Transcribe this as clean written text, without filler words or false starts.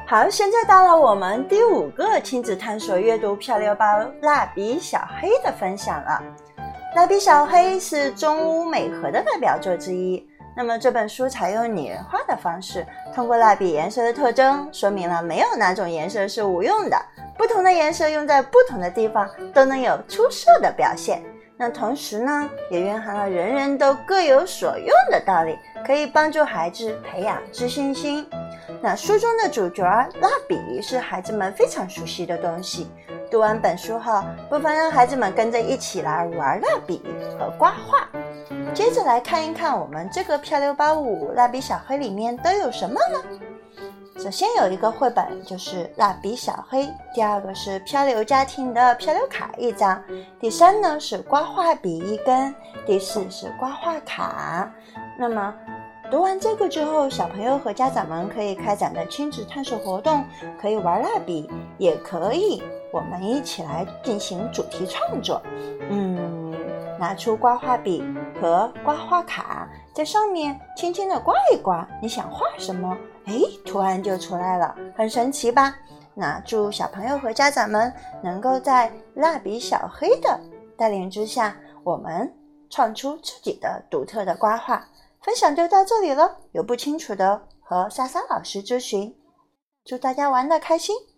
好，现在到了我们第5个亲子探索阅读漂流包蜡笔小黑的分享了。蜡笔小黑是中乌美和的代表作之一，那么这本书采用拟人化的方式，通过蜡笔颜色的特征，说明了没有哪种颜色是无用的，不同的颜色用在不同的地方都能有出色的表现。那同时呢，也蕴含了人人都各有所用的道理，可以帮助孩子培养自信心。那书中的主角蜡笔是孩子们非常熟悉的东西，读完本书后，不妨让孩子们跟着一起来玩蜡笔和刮画。接着来看一看我们这个漂流包5蜡笔小黑里面都有什么呢？首先有一个绘本，就是蜡笔小黑，第2个是漂流家庭的漂流卡1张，第3呢是刮画笔1根，第4是刮画卡。那么读完这个之后，小朋友和家长们可以开展的亲子探索活动，可以玩蜡笔，也可以我们一起来进行主题创作。拿出刮画笔和刮画卡，在上面轻轻地刮一刮，你想画什么，图案就出来了，很神奇吧？那祝小朋友和家长们能够在蜡笔小黑的带领之下，我们创出自己的独特的刮画。分享就到这里了，有不清楚的和莎莎老师咨询。祝大家玩得开心。